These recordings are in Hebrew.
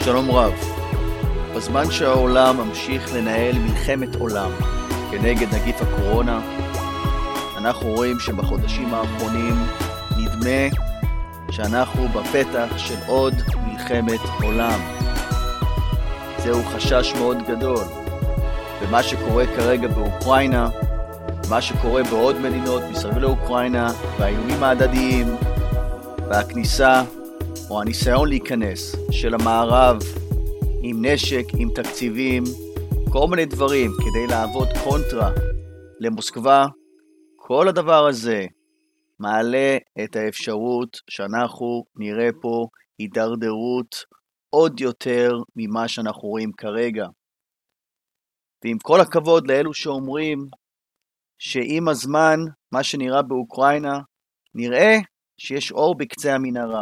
שלום רב. בזמן שהעולם ממשיך לנהל מלחמת עולם כנגד נגיף הקורונה, אנחנו רואים שבחודשים האחרונים נדמה שאנחנו בפתח של עוד מלחמת עולם. זהו חשש מאוד גדול. ומה שקורה כרגע באוקראינה, מה שקורה בעוד מדינות מסביב לאוקראינה, והאיומים ההדדיים, והכניסה או הניסיון להיכנס של המערב עם נשק, עם תקציבים, כל מיני דברים כדי לעבוד קונטרה למוסקבה, כל הדבר הזה מעלה את האפשרות שאנחנו נראה פה הידרדרות עוד יותר ממה שאנחנו רואים כרגע. ועם כל הכבוד לאלו שאומרים שעם הזמן מה שנראה באוקראינה נראה שיש אור בקצה המנהרה.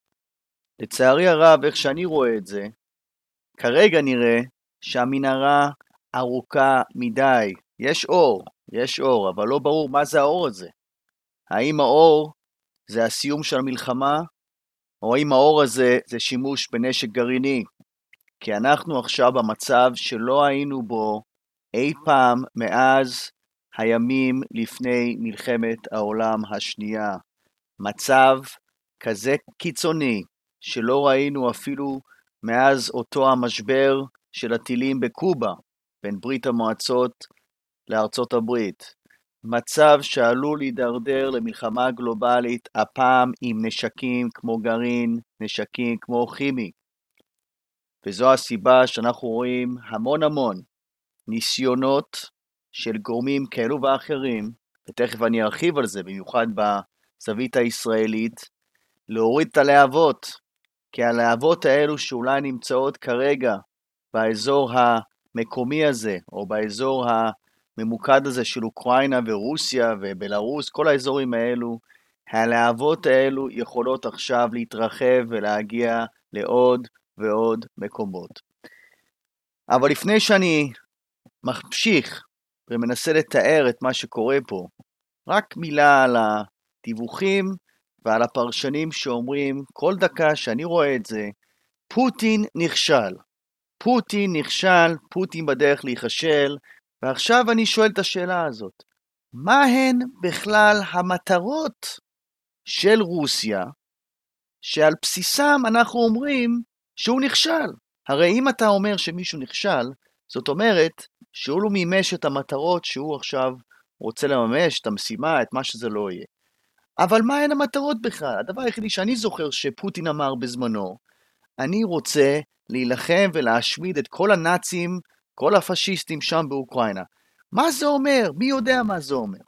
לצערי הרב, איך שאני רואה את זה, כרגע נראה שהמנהרה ארוכה מדי. יש אור, אבל לא ברור מה זה האור הזה. האם האור זה הסיום של המלחמה, או האם האור הזה זה שימוש בנשק גרעיני? כי אנחנו עכשיו במצב שלא היינו בו אי פעם מאז הימים לפני מלחמת העולם השנייה. מצב כזה קיצוני שלא ראינו אפילו מאז אותו המשבר של הטילים בקובה, בין ברית המועצות לארצות הברית. מצב שעלול להידרדר למלחמה גלובלית, הפעם עם נשקים כמו גרעין, נשקים כמו כימי. וזו הסיבה שאנחנו רואים המון ניסיונות של גורמים כאלו ואחרים, ותכף אני ארחיב על זה, במיוחד בזווית הישראלית, להוריד את הלהבות. כי הלהבות האלו שאולי נמצאות כרגע באזור המקומי הזה, או באזור הממוקד הזה של אוקראינה ורוסיה ובלרוס, כל האזורים האלו, הלהבות האלו יכולות עכשיו להתרחב ולהגיע לעוד ועוד מקומות. אבל לפני שאני ממשיך ומנסה לתאר את מה שקורה פה, רק מילה על הדיווחים ועל הפרשנים שאומרים כל דקה שאני רואה את זה, פוטין נכשל, פוטין בדרך להיכשל, ועכשיו אני שואל את השאלה הזאת, מה הן בכלל המטרות של רוסיה, שעל בסיסם אנחנו אומרים שהוא נכשל? הרי אם אתה אומר שמישהו נכשל, זאת אומרת שהוא לא מימש את המטרות שהוא עכשיו רוצה לממש, את המשימה, את מה שזה לא יהיה. אבל מה הן המטרות בכלל? הדבר היחידי שאני זוכר שפוטין אמר בזמנו, אני רוצה להילחם ולהשמיד את כל הנאצים, כל הפשיסטים שם באוקראינה. מה זה אומר? מי יודע מה זה אומר?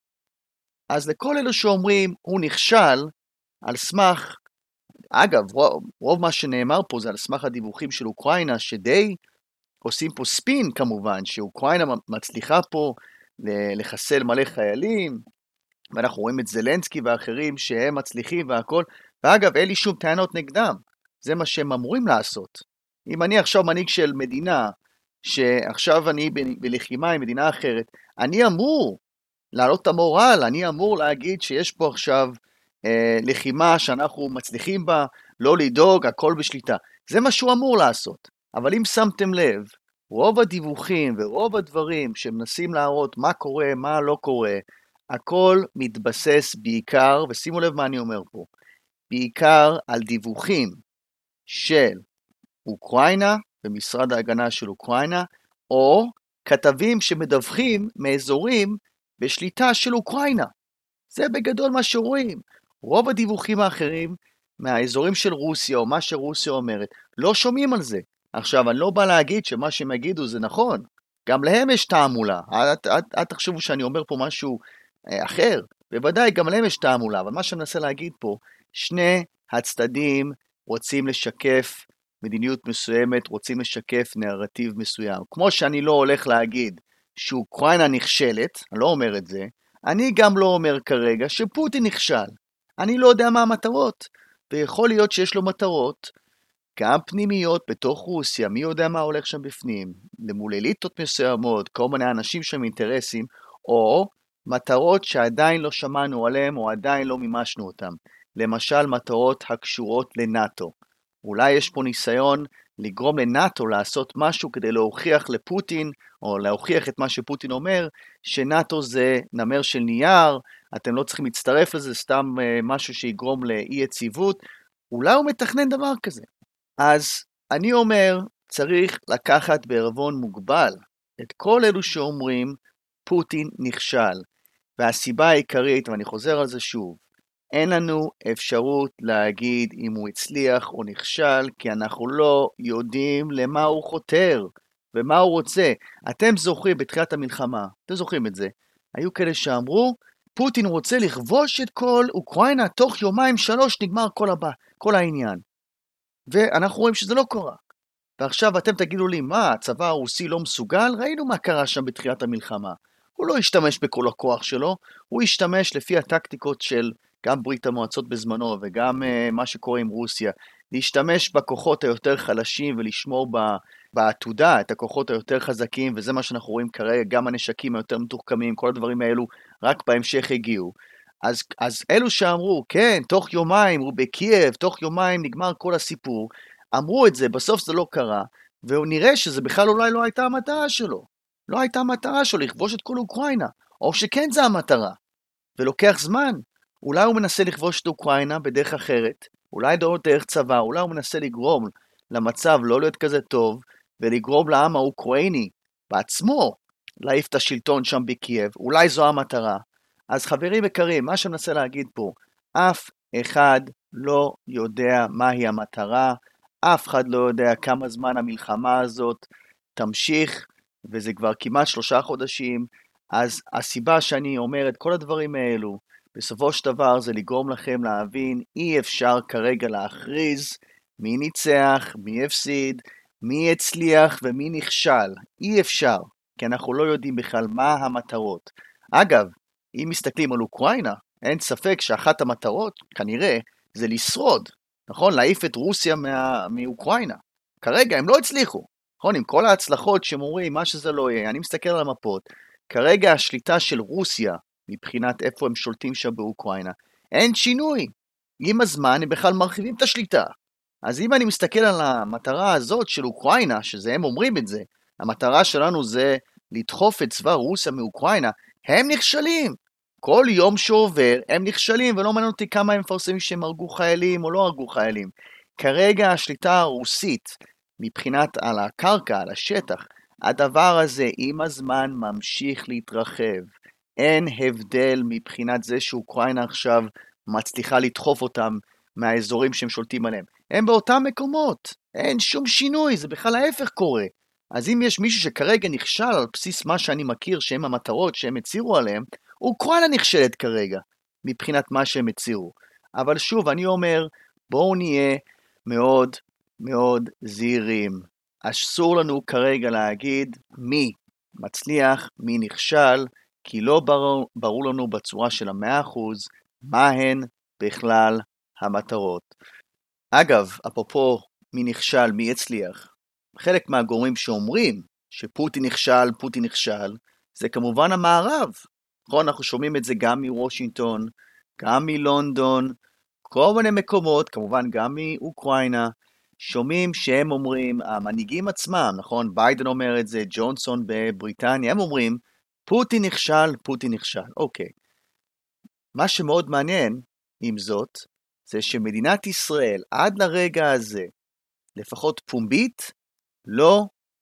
אז לכל אלו שאומרים, הוא נכשל, על סמך, אגב, רוב מה שנאמר פה זה על סמך הדיווחים של אוקראינה, שדי עושים פה ספין כמובן, שאוקראינה מצליחה פה לחסל מלא חיילים, ואנחנו רואים את זלנסקי ואחרים שהם מצליחים והכל, ואגב, אין לי שום טענות נגדם, זה מה שהם אמורים לעשות. אם אני עכשיו מנהיג של מדינה, שעכשיו אני בלחימה עם מדינה אחרת, אני אמור להעלות את המורל, אני אמור להגיד שיש פה עכשיו לחימה שאנחנו מצליחים בה, לא לדאוג, הכל בשליטה. זה מה שהוא אמור לעשות. אבל אם שמתם לב, רוב הדיווחים ורוב הדברים שמנסים להראות מה קורה, מה לא קורה, הכל מתבסס בעיקר, ושימו לב מה אני אומר פה, בעיקר על דיווחים של אוקראינה, במשרד ההגנה של אוקראינה, או כתבים שמדווחים מאזורים בשליטה של אוקראינה. זה בגדול מה שרואים. רוב הדיווחים האחרים מהאזורים של רוסיה, או מה שרוסיה אומרת, לא שומעים על זה. עכשיו, אני לא בא להגיד שמה שהם יגידו זה נכון. גם להם יש תעמולה. אל תחשבו שאני אומר פה משהו אחר. בוודאי, גם להם יש תעמולה. אבל מה שאני מנסה להגיד פה, שני הצדדים רוצים לשקף מדיניות מסוימת, רוצים לשקף נרטיב מסוים. כמו שאני לא הולך להגיד שאוקראינה נכשלת, אני לא אומר את זה, אני גם לא אומר כרגע שפוטין נכשל. אני לא יודע מה המטרות, ויכול להיות שיש לו מטרות, גם פנימיות בתוך רוסיה, מי יודע מה הולך שם בפנים, למול אליטות מסוימות, כל מיני אנשים שם אינטרסים, או מטרות שעדיין לא שמענו עליהם, או עדיין לא מימשנו אותם. למשל, מטרות הקשורות לנאטו. אולי יש פה ניסיון לגרום לנאטו לעשות משהו כדי להוכיח לפוטין, או להוכיח את מה שפוטין אומר, שנאטו זה נמר של נייר, אתם לא צריכים להצטרף לזה, סתם משהו שיגרום לאי יציבות, אולי הוא מתכנן דבר כזה. אז אני אומר, צריך לקחת בערבון מוגבל את כל אלו שאומרים, פוטין נכשל, והסיבה העיקרית, ואני חוזר על זה שוב, אין לנו אפשרות להגיד אם הוא הצליח או נכשל, כי אנחנו לא יודעים למה הוא חותר ומה הוא רוצה. אתם זוכרים בתחילת המלחמה, אתם זוכרים את זה, היו כאלה שאמרו, פוטין רוצה לכבוש את כל אוקראינה, תוך יומיים 3 נגמר כל העניין. ואנחנו רואים שזה לא קורה. ועכשיו אתם תגידו לי, מה, הצבא הרוסי לא מסוגל? ראינו מה קרה שם בתחילת המלחמה. הוא לא השתמש בכל הכוח שלו, הוא השתמש לפי הטקטיקות של גם ברית המועצות בזמנו וגם מה שקורה עם רוסיה, להשתמש בכוחות היותר חלשים ולשמור בעתודה את הכוחות היותר חזקים, וזה מה שאנחנו רואים כרגע, גם הנשקים היותר מתוחכמים, כל הדברים האלו רק בהמשך הגיעו. אז אלו שאמרו, כן, תוך יומיים הוא בקייב, תוך יומיים נגמר כל הסיפור, אמרו את זה, בסוף זה לא קרה, ונראה שזה בכלל אולי לא הייתה המטרה שלו. לא הייתה המטרה שלו לכבוש את כל אוקראינה, או שכן זה המטרה, ולוקח זמן. אולי הוא מנסה לכבוש את אוקראינה בדרך אחרת, אולי דרך צבא, אולי הוא מנסה לגרום למצב לא להיות כזה טוב, ולגרום לעם האוקראיני בעצמו להעיף את השלטון שם בקייב, אולי זו המטרה. אז חברים יקרים, מה שמנסה להגיד פה, אף אחד לא יודע מהי המטרה, אף אחד לא יודע כמה זמן המלחמה הזאת תמשיך, וזה כבר כמעט 3 חודשים, אז הסיבה שאני אומר את כל הדברים האלו, בסופו של דבר זה לגרום לכם להבין, אי אפשר כרגע להכריז מי ניצח, מי הפסיד, מי הצליח ומי נכשל, אי אפשר, כי אנחנו לא יודעים בכלל מה המטרות. אגב, אם מסתכלים על אוקראינה, אין ספק שאחת המטרות, כנראה, זה לשרוד, נכון? להעיף את רוסיה מאוקראינה. כרגע הם לא הצליחו, נכון? עם כל ההצלחות שמורים, מה שזה לא יהיה, אני מסתכל על המפות, כרגע השליטה של רוסיה, מבחינת איפה הם שולטים שם באוקראינה, אין שינוי. עם הזמן הם בכלל מרחיבים את השליטה. אז אם אני מסתכל על המטרה הזאת של אוקראינה, שזה הם אומרים את זה, המטרה שלנו זה לדחוף את צבא רוסיה מאוקראינה, הם נכשלים. כל יום שעובר הם נכשלים, ולא מעניין אותי כמה הם מפרסמים שהם הרגו חיילים או לא הרגו חיילים. כרגע השליטה הרוסית, מבחינת על הקרקע, על השטח, הדבר הזה עם הזמן ממשיך להתרחב. אין הבדל מבחינת זה שאוקראינה עכשיו מצליחה לדחוף אותם מהאזורים שהם שולטים עליהם. הם באותם מקומות, אין שום שינוי, זה בכלל ההפך קורה. אז אם יש מישהו שכרגע נכשל על בסיס מה שאני מכיר שהם המטרות שהם הצירו עליהם, אוקראינה נכשלת כרגע, מבחינת מה שהם הצירו. אבל שוב, אני אומר, בואו נהיה מאוד מאוד זהירים. אסור לנו כרגע להגיד מי מצליח, מי נכשל, כי לא ברור לנו בצורה של 100% מה הן בכלל המטרות. אגב, אפרופו מי נכשל, מי הצליח, חלק מהגורמים שאומרים שפוטין נכשל, זה כמובן המערב. נכון, אנחנו שומעים את זה גם מוושינגטון, גם מלונדון, כל מיני מקומות, כמובן גם מאוקראינה, שומעים שהם אומרים, המנהיגים עצמם, נכון, ביידן אומר את זה, ג'ונסון בבריטניה, הם אומרים, פוטין נכשל. אוקיי. מה שמאוד מעניין, עם זאת, זה שמדינת ישראל, עד לרגע הזה, לפחות פומבית, לא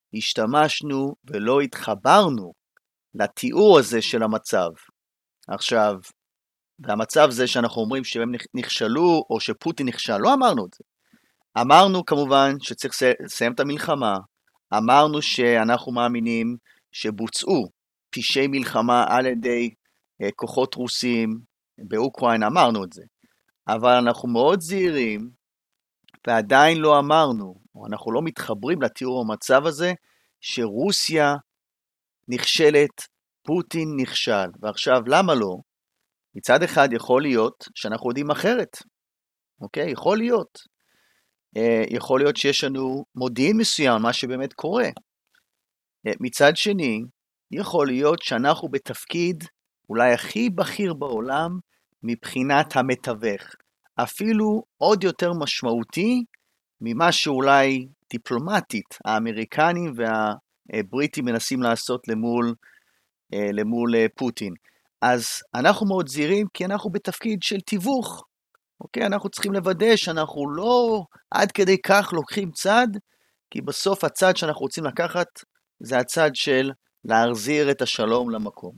השתמשנו ולא התחברנו לתיאור הזה של המצב. עכשיו, והמצב זה שאנחנו אומרים שהם נכשלו או שפוטין נכשל, לא אמרנו את זה. אמרנו כמובן שצריך לסיים את המלחמה, אמרנו שאנחנו מאמינים שבוצעו פשעי מלחמה על ידי כוחות רוסים באוקראינה, אמרנו את זה. אבל אנחנו מאוד זהירים, ועדיין לא אמרנו, או אנחנו לא מתחברים לתיאור המצב הזה, שרוסיה נכשלת, פוטין נכשל. ועכשיו, למה לא? מצד אחד יכול להיות שאנחנו יודעים אחרת. אוקיי? יכול להיות. יכול להיות שיש לנו מודיעין מסוים, מה שבאמת קורה. מצד שני, יכול להיות שאנחנו בתפקיד אולי הכי בכיר בעולם מבחינת המתווך. אפילו עוד יותר משמעותי ממה שאולי דיפלומטית האמריקנים והבריטים מנסים לעשות למול פוטין. אז אנחנו מאוד זהירים כי אנחנו בתפקיד של תיווך. אוקיי? אנחנו צריכים לוודא שאנחנו לא עד כדי כך לוקחים צד, כי בסוף הצד שאנחנו רוצים לקחת זה הצד של להחזיר את השלום למקום.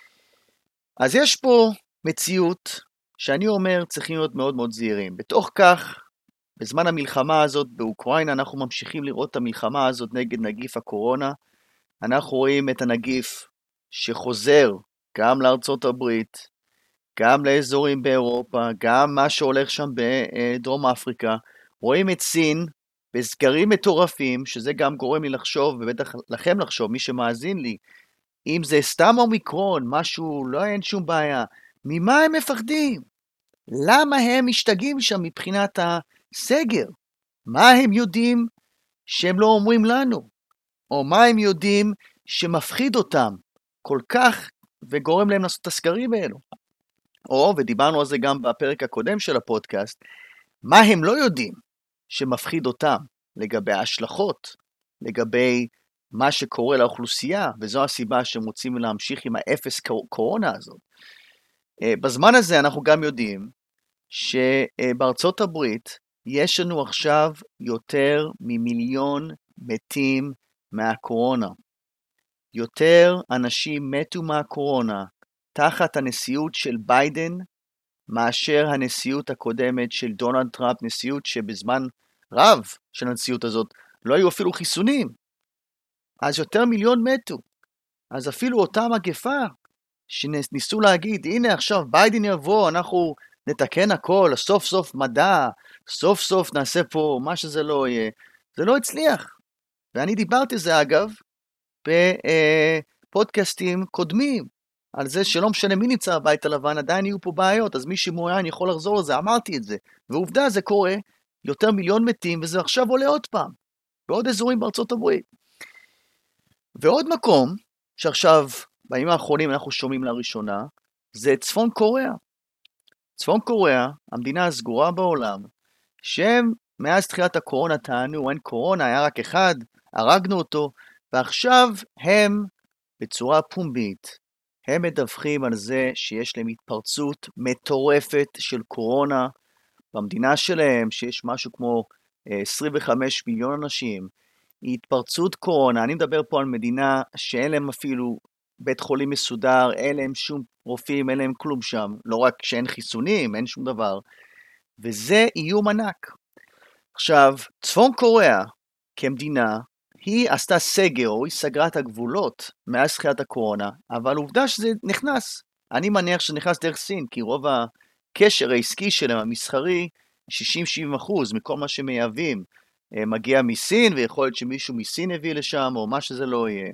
אז יש פה מציאות שאני אומר צריכים להיות מאוד מאוד זהירים. בתוך כך, בזמן המלחמה הזאת באוקראינה, אנחנו ממשיכים לראות את המלחמה הזאת נגד נגיף הקורונה. אנחנו רואים את הנגיף שחוזר גם לארצות הברית, גם לאזורים באירופה, גם מה שהולך שם בדרום אפריקה. רואים את סין בסגרים מטורפים, שזה גם גורם לי לחשוב, ובטח לכם לחשוב, מי שמאזין לי, אם זה סתם אומיקרון, משהו, לא אין שום בעיה. ממה הם מפחדים? למה הם משתגעים שם מבחינת הסגר? מה הם יודעים שהם לא אומרים לנו? או מה הם יודעים שמפחיד אותם כל כך וגורם להם לעשות את הסגרים האלו? או, ודיברנו על זה גם בפרק הקודם של הפודקאסט, מה הם לא יודעים שמפחיד אותם לגבי ההשלכות, לגבי מה שקורה לאוכלוסייה, וזו הסיבה שהם רוצים להמשיך עם האפס קורונה הזאת. בזמן הזה אנחנו גם יודעים שבארצות הברית יש לנו עכשיו יותר ממיליון מתים מהקורונה. יותר אנשים מתו מהקורונה תחת הנשיאות של ביידן, מאשר הנשיאות הקודמת של דונלד טראמפ, נשיאות שבזמן רב של הנשיאות הזאת לא היו אפילו חיסונים. אז יותר מיליון מתו. אז אפילו אותה מגפה שניסו להגיד, הנה עכשיו ביידן יבוא, אנחנו נתקן הכל, סוף סוף מדע, סוף סוף נעשה פה מה שזה לא יהיה. זה לא הצליח. ואני דיברתי זה אגב בפודקאסטים קודמים, על זה שלא משנה מי נמצא בבית הלבן, עדיין יהיו פה בעיות, אז מי שמעוניין יכול לחזור לזה, אמרתי את זה. ועובדה זה קורה, יותר מיליון מתים, וזה עכשיו עולה עוד פעם, בעוד אזורים בארצות הברית. ועוד מקום, שעכשיו, בימים האחרונים אנחנו שומעים לראשונה, זה צפון קוריאה. צפון קוריאה, המדינה הסגורה בעולם, שהם מאז תחילת הקורונה טענו, אין קורונה, היה רק אחד, הרגנו אותו, ועכשיו הם, בצורה פומבית, הם מדווחים על זה שיש להם התפרצות מטורפת של קורונה במדינה שלהם, שיש משהו כמו 25 מיליון אנשים. התפרצות קורונה, אני מדבר פה על מדינה שאין להם אפילו בית חולים מסודר, אין להם שום רופאים, אין להם כלום שם, לא רק שאין חיסונים, אין שום דבר. וזה איום ענק. עכשיו, צפון קוריאה כמדינה, היא עשתה סגר, או היא סגרה את הגבולות מאז תחילת הקורונה, אבל עובדה שזה נכנס. אני מניח שזה נכנס דרך סין, כי רוב הקשר העסקי שלהם, המסחרי, 60-70% מכל מה שמייבאים, מגיע מסין, ויכול להיות שמישהו מסין הביא לשם, או מה שזה לא יהיה.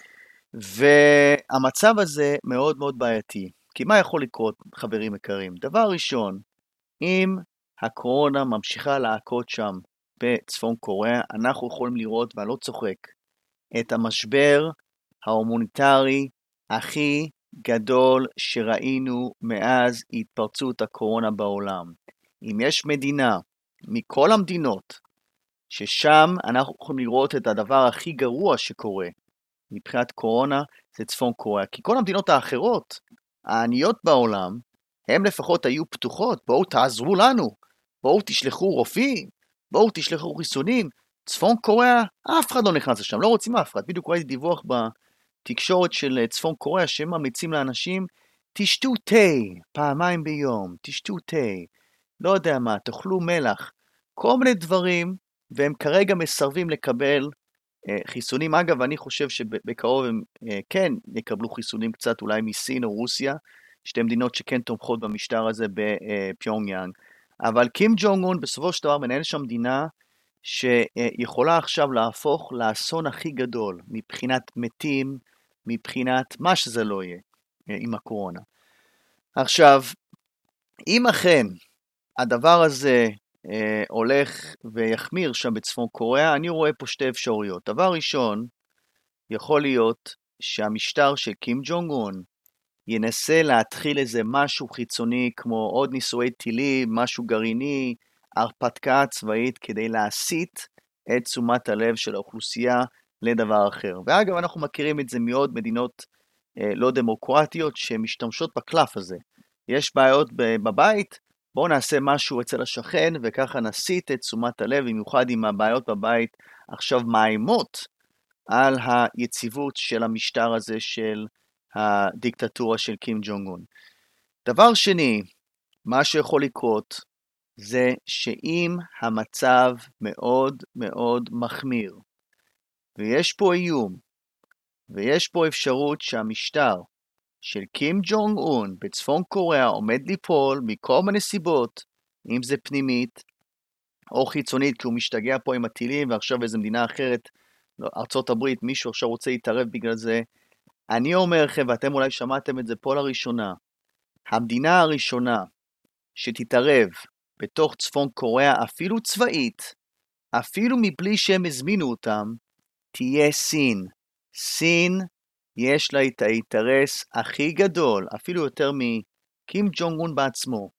והמצב הזה מאוד מאוד בעייתי. כי מה יכול לקרות, חברים יקרים? דבר ראשון, אם הקורונה ממשיכה להכות שם בצפון קוריאה, אנחנו יכולים לראות, ואני לא צוחק, את המשבר ההומניטרי הכי גדול שראינו מאז התפרצות הקורונה בעולם. אם יש מדינה מכל המדינות ששם אנחנו יכולים לראות את הדבר הכי גרוע שקורה מבחינת קורונה, זה צפון קוריאה. כי כל המדינות האחרות, העניות בעולם, הם לפחות היו פתוחות, בואו תעזרו לנו, בואו תשלחו רופאים, בואו תשלחו חיסונים. צפון קוריאה, אף אחד לא נכנס לשם, לא רוצים אף אחד. בדיוק ראיתי דיווח בתקשורת של צפון קוריאה, שהם ממליצים לאנשים, תשתו תה פעמיים ביום, תשתו תה, לא יודע מה, תאכלו מלח, כל מיני דברים, והם כרגע מסרבים לקבל חיסונים. אגב, אני חושב שבקרוב הם כן יקבלו חיסונים קצת, אולי מסין או רוסיה, שתי מדינות שכן תומכות במשטר הזה בפיונגיאנג. אבל קים ג'ונג און בסופו של דבר מנהל שם מדינה שיכולה עכשיו להפוך לאסון הכי גדול, מבחינת מתים, מבחינת מה שזה לא יהיה עם הקורונה. עכשיו, אם אכן הדבר הזה הולך ויחמיר שם בצפון קוריאה, אני רואה פה שתי אפשרויות. דבר ראשון, יכול להיות שהמשטר של קים ג'ונג און ינסה להתחיל איזה משהו חיצוני, כמו עוד ניסויי טילים, משהו גרעיני, הרפתקה צבאית כדי להסיט את תשומת הלב של האוכלוסייה לדבר אחר. ואגב, אנחנו מכירים את זה מעוד מדינות לא דמוקרטיות שמשתמשות בקלף הזה. יש בעיות בבית, בואו נעשה משהו אצל השכן, וככה נסיט את תשומת הלב, במיוחד אם הבעיות בבית עכשיו מאיימות על היציבות של המשטר הזה של הדיקטטורה של קים ג'ונג און. דבר שני, מה שיכול לקרות זה שאם המצב מאוד מאוד מחמיר, ויש פה איום, ויש פה אפשרות שהמשטר של קים ג'ונג און בצפון קוריאה עומד ליפול מכל מיני סיבות, אם זה פנימית או חיצונית, כי הוא משתגע פה עם הטילים, ועכשיו איזו מדינה אחרת, ארצות הברית, מישהו עכשיו רוצה להתערב בגלל זה. אני אומר לכם, ואתם אולי שמעתם את זה פה לראשונה, המדינה הראשונה שתתערב בתוך צפון קוריאה, אפילו צבאית, אפילו מבלי שהם הזמינו אותם, תהיה סין. סין יש לה את האינטרס הכי גדול, אפילו יותר מקים ג'ונג און בעצמו,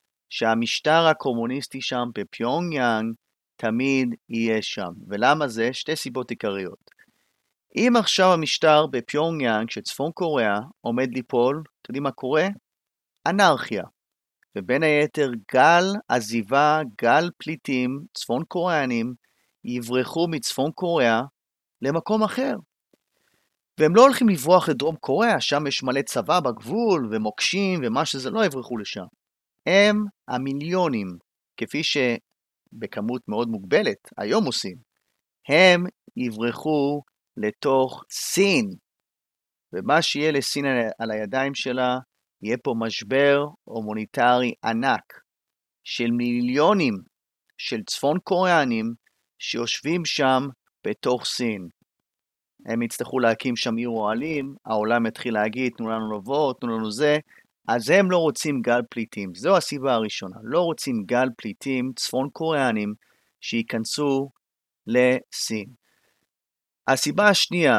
שהמשטר הקומוניסטי שם בפיונג יאנג תמיד יהיה שם. ולמה זה? שתי סיבות עיקריות. אם עכשיו המשטר בפיונג יאנג שצפון קוריאה עומד ליפול, אתם יודעים מה קורה? אנרכיה. ובין היתר גל עזיבה, גל פליטים צפון קוריאנים יברחו מצפון קוריאה למקום אחר. והם לא הולכים לברוח לדרום קוריאה, שם יש מלא צבא בגבול ומוקשים ומה שזה, לא יברחו לשם. הם המיליונים, כפי שבכמות מאוד מוגבלת היום עושים, הם יברחו לתוך סין. ומה שיהיה לסין על הידיים שלה, יהיה פה משבר הומניטרי ענק של מיליונים של צפון קוריאנים שיושבים שם בתוך סין. הם יצטרכו להקים שם עיר אוהלים, העולם יתחיל להגיד, תנו לנו לבוא, תנו לנו זה, אז הם לא רוצים גל פליטים. זו הסיבה הראשונה, לא רוצים גל פליטים צפון קוריאנים שיכנסו לסין. הסיבה השנייה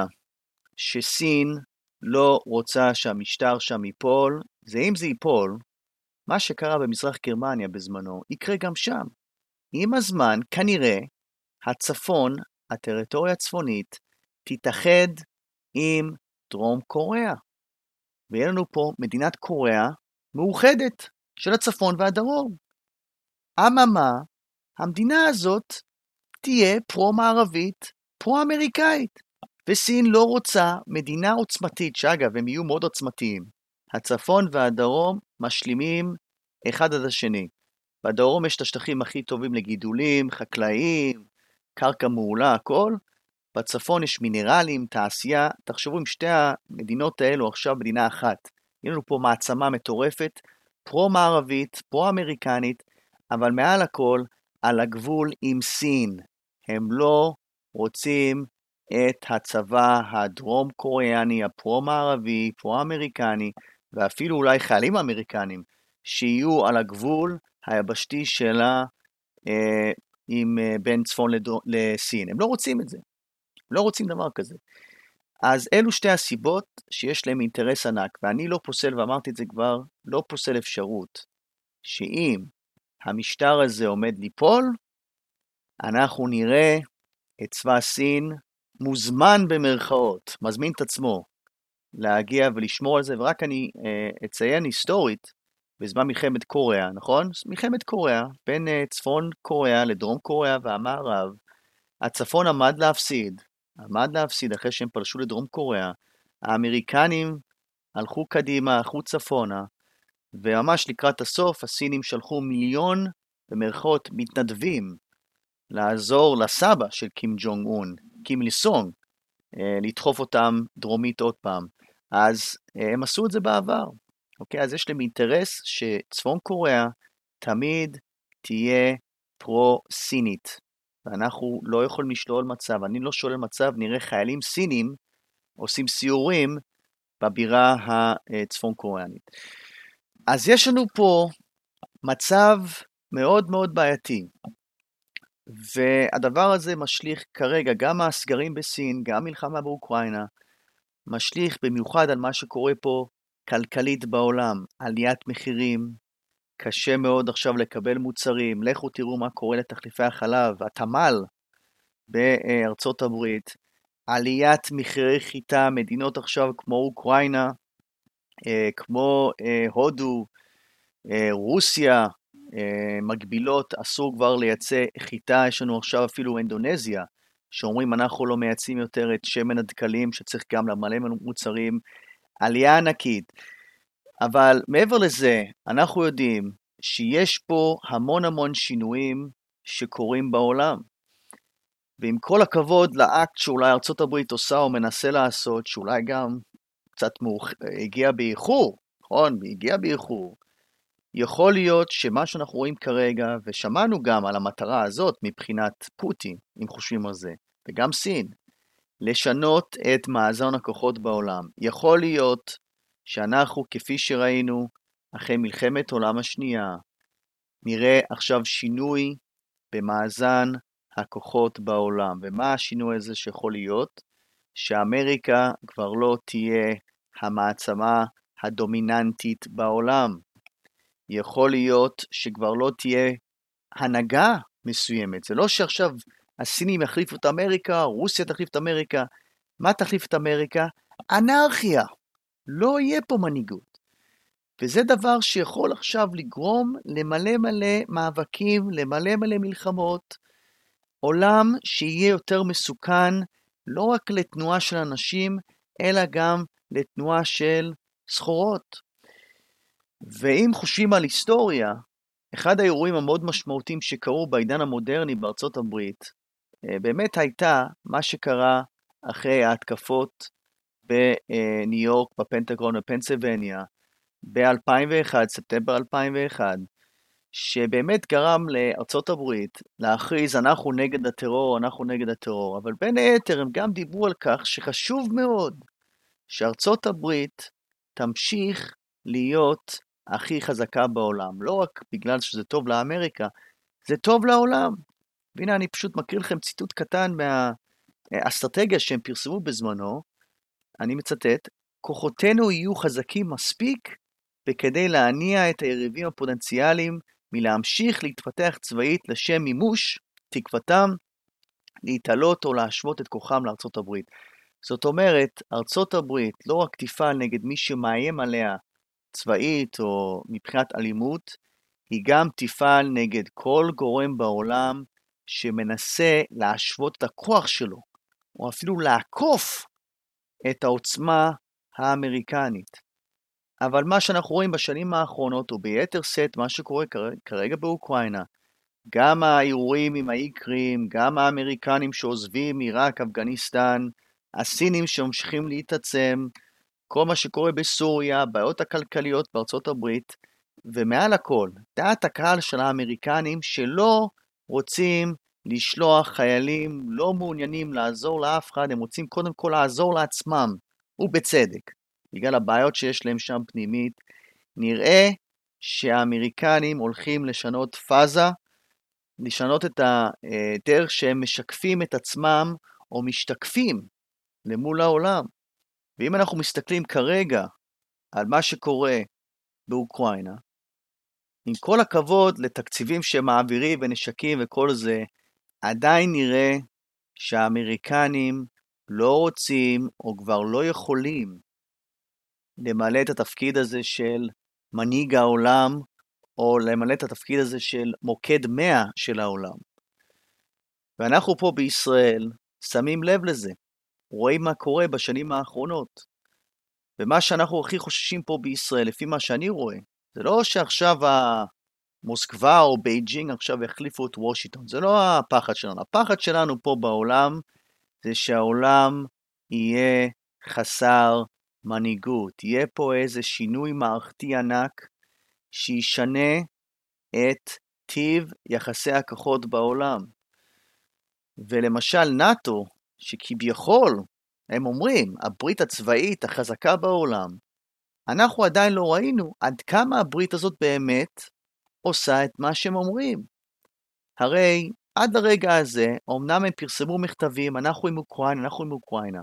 שסין לא רוצה שהמשטר שם ייפול, זה אם זה ייפול, מה שקרה במזרח גרמניה בזמנו, יקרה גם שם. עם הזמן, כנראה, הצפון, הטריטוריה הצפונית, תתאחד עם דרום קוריאה. ויהיה לנו פה מדינת קוריאה מאוחדת של הצפון והדרום. אממה, המדינה הזאת תהיה פרו-מערבית, פרו-אמריקאית. וסין לא רוצה מדינה עוצמתית, שאגב, הם יהיו מאוד עוצמתיים. הצפון והדרום משלימים אחד עד השני. בדרום יש את השטחים הכי טובים לגידולים, חקלאיים, קרקע מעולה, הכל. בצפון יש מינרלים, תעשייה. תחשבו עם שתי המדינות האלו עכשיו מדינה אחת. יש לנו פה מעצמה מטורפת, פרו-מערבית, פרו-אמריקנית, אבל מעל הכל על הגבול עם סין. הם לא רוצים את הצבא הדרום קוריאני, הפרו-מערבי, פרו-אמריקני, ואפילו אולי חיילים אמריקנים, שיהיו על הגבול היבשתי שלה בין צפון לסין. הם לא רוצים את זה. הם לא רוצים דבר כזה. אז אלו שתי הסיבות שיש להם אינטרס ענק, ואני לא פוסל, ואמרתי את זה כבר, לא פוסל אפשרות, שאם המשטר הזה עומד ליפול, אנחנו נראה את צבא סין מוזמן במרכאות, מזמין את עצמו להגיע ולשמור על זה, ורק אני אציין היסטורית, בזמן מלחמת קוריאה, נכון? מלחמת קוריאה, בין צפון קוריאה לדרום קוריאה והמערב, הצפון עמד להפסיד אחרי שהם פלשו לדרום קוריאה, האמריקנים הלכו קדימה, הלכו צפונה, וממש לקראת הסוף הסינים שלחו מיליון במרכאות מתנדבים, לעזור לסבא של קים ג'ונג און, קים ליסונג, לדחוף אותם דרומית עוד פעם. אז הם עשו את זה בעבר. אוקיי, אז יש להם אינטרס שצפון קוריאה תמיד תהיה פרו-סינית. ואנחנו לא יכולים לשלול מצב, אני לא שולל מצב, נראה חיילים סינים עושים סיורים בבירה הצפון קוריאנית. אז יש לנו פה מצב מאוד מאוד בעייתי. והדבר הזה משליך כרגע, גם הסגרים בסין, גם מלחמה באוקראינה, משליך במיוחד על מה שקורה פה כלכלית בעולם, עליית מחירים, קשה מאוד עכשיו לקבל מוצרים. לכו תראו מה קורה לתחליפי החלב, התמ"ל בארצות הברית, עליית מחירי חיטה, מדינות עכשיו כמו אוקראינה, כמו הודו, רוסיה, מגבילות, אסור כבר לייצא חיטה, יש לנו עכשיו אפילו אינדונזיה, שאומרים אנחנו לא מייצאים יותר את שמן הדקלים, שצריך גם למלא מוצרים, עלייה ענקית. אבל מעבר לזה, אנחנו יודעים שיש פה המון שינויים שקורים בעולם. ועם כל הכבוד לאקט שאולי ארצות הברית עושה או מנסה לעשות, שאולי גם קצת הגיע באיחור, נכון? הגיע באיחור. יכול להיות שמה שאנחנו רואים כרגע, ושמענו גם על המטרה הזאת מבחינת פוטין, אם חושבים על זה, וגם סין, לשנות את מאזן הכוחות בעולם. יכול להיות שאנחנו, כפי שראינו, אחרי מלחמת העולם השנייה, נראה עכשיו שינוי במאזן הכוחות בעולם. ומה השינוי הזה שיכול להיות? שאמריקה כבר לא תהיה המעצמה הדומיננטית בעולם. יכול להיות שכבר לא תהיה הנהגה מסוימת. זה לא שעכשיו הסינים יחליפו את אמריקה, רוסיה תחליף את אמריקה. מה תחליף את אמריקה? אנרכיה. לא יהיה פה מנהיגות. וזה דבר שיכול עכשיו לגרום למלא מאבקים, למלא מלחמות, עולם שיהיה יותר מסוכן, לא רק לתנועה של אנשים, אלא גם לתנועה של סחורות. ואם חושבים על היסטוריה, אחד האירועים המאוד משמעותיים שקרו בעידן המודרני בארצות הברית, באמת הייתה מה שקרה אחרי ההתקפות בניו יורק, בפנטגון, בפנסילבניה, ב-2001, ספטמבר 2001, שבאמת גרם לארצות הברית להכריז אנחנו נגד הטרור, אנחנו נגד הטרור, אבל בין היתר הם גם דיברו על כך שחשוב מאוד שארצות הברית תמשיך להיות הכי חזקה בעולם, לא רק בגלל שזה טוב לאמריקה, זה טוב לעולם. והנה אני פשוט מקריא לכם ציטוט קטן מהאסטרטגיה שהם פרסמו בזמנו, אני מצטט, כוחותינו יהיו חזקים מספיק וכדי להניע את היריבים הפוטנציאליים מלהמשיך להתפתח צבאית לשם מימוש תקוותם להתעלות או להשוות את כוחם לארצות הברית. זאת אומרת, ארצות הברית לא רק תפעל נגד מי שמאיים עליה צבאית או מבחינת אלימות, היא גם תפעל נגד כל גורם בעולם שמנסה להשוות את הכוח שלו, או אפילו לעקוף את העוצמה האמריקנית. אבל מה שאנחנו רואים בשנים האחרונות, או ביתר סט, מה שקורה כרגע באוקראינה, גם האירועים עם האי קרים, גם האמריקנים שעוזבים עיראק, אפגניסטן, הסינים שממשיכים להתעצם, כל מה שקורה בסוריה, בעיות הכלכליות בארצות הברית, ומעל הכל, דעת הקהל של האמריקנים שלא רוצים לשלוח חיילים, לא מעוניינים לעזור לאף אחד, הם רוצים קודם כל לעזור לעצמם, ובצדק, בגלל הבעיות שיש להם שם פנימית. נראה שהאמריקנים הולכים לשנות פאזה, לשנות את הדרך שהם משקפים את עצמם, או משתקפים למול העולם. ואם אנחנו מסתכלים כרגע על מה שקורה באוקראינה, עם כל הכבוד לתקציבים שמעבירים ונשקים וכל זה, עדיין נראה שהאמריקנים לא רוצים או כבר לא יכולים למלא את התפקיד הזה של מנהיג העולם, או למלא את התפקיד הזה של מוקד 100 של העולם. ואנחנו פה בישראל שמים לב לזה, רואים מה קורה בשנים האחרונות. ומה שאנחנו הכי חוששים פה בישראל, לפי מה שאני רואה, זה לא שעכשיו מוסקבה או בייג'ינג עכשיו יחליפו את וושינגטון, זה לא הפחד שלנו. הפחד שלנו פה בעולם זה שהעולם יהיה חסר מנהיגות. יהיה פה איזה שינוי מערכתי ענק שישנה את טיב יחסי הכוחות בעולם. ולמשל נאטו, שכביכול, הם אומרים, הברית הצבאית החזקה בעולם, אנחנו עדיין לא ראינו עד כמה הברית הזאת באמת עושה את מה שהם אומרים. הרי עד הרגע הזה, אמנם הם פרסמו מכתבים, אנחנו עם אוקראינה,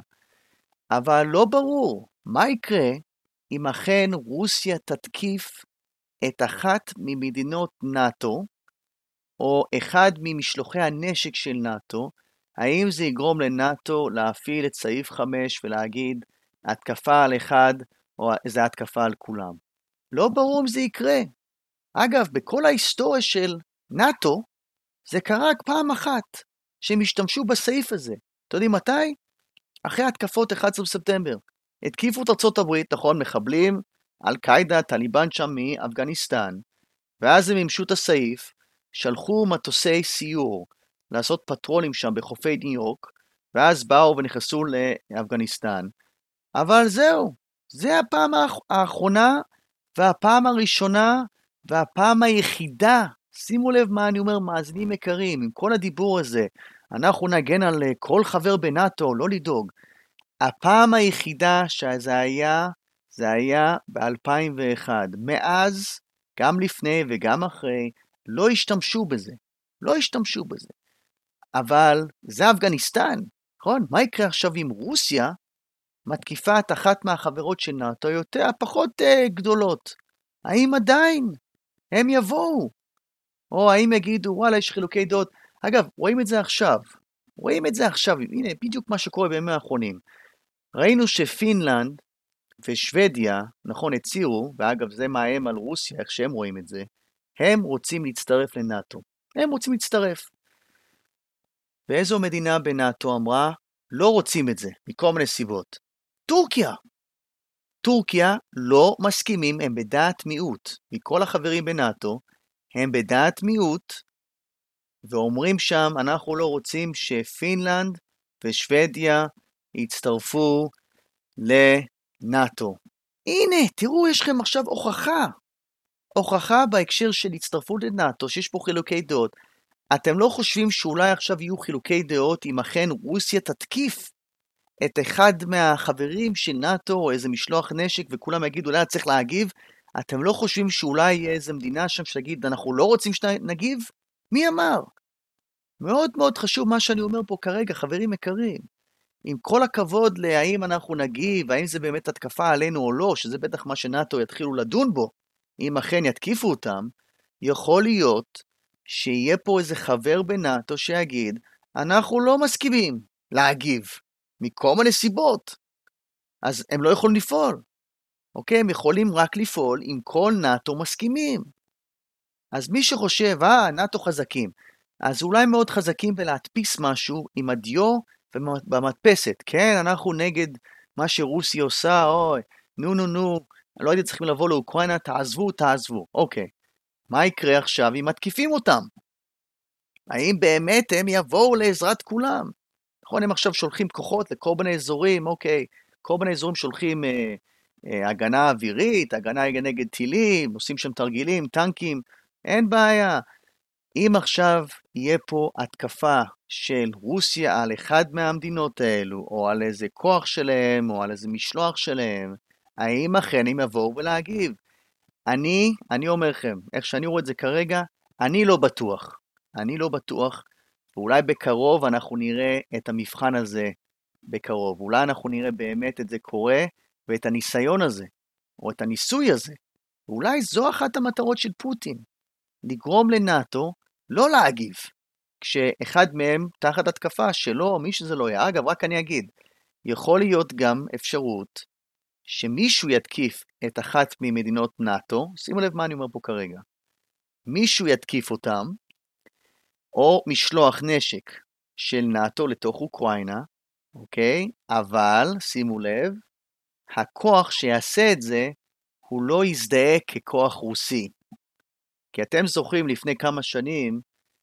אבל לא ברור מה יקרה אם אכן רוסיה תתקיף את אחת ממדינות נאטו, או אחד ממשלוחי הנשק של נאטו, האם זה יגרום לנאטו להפעיל את סעיף 5 ולהגיד התקפה על אחד, או זה התקפה על כולם? לא ברור אם זה יקרה. אגב, בכל ההיסטוריה של נאטו, זה קרה רק פעם אחת, שהם השתמשו בסעיף הזה. אתם יודעים מתי? אחרי התקפות 11 בספטמבר. התקיפו את ארצות הברית, נכון, מחבלים, אל-קאידה, טליבן שם מאפגניסטן, ואז הם ימשו את הסעיף, שלחו מטוסי סיור לעשות פטרולים שם בחופי ניו יורק, ואז באו ונכנסו לאפגניסטן. אבל זהו, זה הפעם האחרונה, והפעם הראשונה, והפעם היחידה. שימו לב מה אני אומר, מאזינים יקרים, עם כל הדיבור הזה, אנחנו נגן על כל חבר בנאטו, לא לדאוג. הפעם היחידה שזה היה, זה היה ב-2001. מאז, גם לפני וגם אחרי, לא השתמשו בזה. לא השתמשו בזה. אבל זה אפגניסטן, נכון? מה יקרה עכשיו אם רוסיה מתקיפה את אחת מהחברות של נאטו יותר פחות גדולות? האם עדיין הם יבואו? או האם יגידו, וואלה, יש חילוקי דעות? אגב, רואים את זה עכשיו. רואים את זה עכשיו. הנה, בדיוק מה שקורה בימים האחרונים. ראינו שפינלנד ושוודיה, נכון, הציעו, ואגב, זה מאיים על רוסיה, איך שהם רואים את זה, הם רוצים להצטרף לנאטו. הם רוצים להצטרף. ואיזו מדינה בנאטו אמרה, לא רוצים את זה, מכל מיני סיבות. טורקיה. טורקיה לא מסכימים, הם בדעת מיעוט. מכל החברים בנאטו, הם בדעת מיעוט, ואומרים שם, אנחנו לא רוצים שפינלנד ושוודיה יצטרפו לנאטו. הנה, תראו, יש לכם עכשיו הוכחה. הוכחה בהקשר של הצטרפות לנאטו, שיש פה חילוקי דעות. אתם לא חושבים שאולי עכשיו יהיו חילוקי דעות אם אכן רוסיה תתקיף את אחד מהחברים של נאטו או איזה משלוח נשק וכולם יגידו, אולי צריך להגיב? אתם לא חושבים שאולי יהיה איזה מדינה שם שתגיד, אנחנו לא רוצים שנגיב? מי אמר? מאוד מאוד חשוב מה שאני אומר פה כרגע, חברים יקרים. עם כל הכבוד להאם אנחנו נגיב, האם זה באמת התקפה עלינו או לא, שזה בטח מה שנאטו יתחילו לדון בו, אם אכן יתקיפו אותם, יכול להיות שיהיה פה איזה חבר בנאטו שיגיד, אנחנו לא מסכימים להגיב, מכל מיני סיבות. אז הם לא יכולים לפעול. אוקיי? הם יכולים רק לפעול אם כל נאטו מסכימים. אז מי שחושב, נאטו חזקים, אז אולי מאוד חזקים בלהדפיס משהו עם הדיו ובמדפסת. כן, אנחנו נגד מה שרוסיה עושה, אוי, נו, לא הייתם צריכים לבוא לאוקראינה, תעזבו. אוקיי. מה יקרה עכשיו אם מתקיפים אותם? האם באמת הם יבואו לעזרת כולם? נכון, הם עכשיו שולחים כוחות לכל מיני אזורים, אוקיי, כל מיני אזורים שולחים הגנה אווירית, הגנה נגד טילים, עושים שם תרגילים, טנקים, אין בעיה. אם עכשיו יהיה פה התקפה של רוסיה על אחד מהמדינות האלו, או על איזה כוח שלהם, או על איזה משלוח שלהם, האם אכן הם יבואו ולהגיב? אני אומר לכם, איך שאני רואה את זה כרגע, אני לא בטוח, ואולי בקרוב אנחנו נראה את המבחן הזה בקרוב, אולי אנחנו נראה באמת את זה קורה, ואת הניסיון הזה, או את הניסוי הזה, ואולי זו אחת המטרות של פוטין, לגרום לנאטו לא להגיב, כשאחד מהם תחת התקפה שלו, מי שזה לא יהיה. אגב, רק אני אגיד, יכול להיות גם אפשרות, שמישהו יתקיף את אחת ממדינות נאטו, שימו לב מה אני אומר פה כרגע, מישהו יתקיף אותם, או משלוח נשק של נאטו לתוך אוקראינה, אוקיי? אבל, שימו לב, הכוח שיעשה את זה, הוא לא יזדהה ככוח רוסי. כי אתם זוכרים לפני כמה שנים,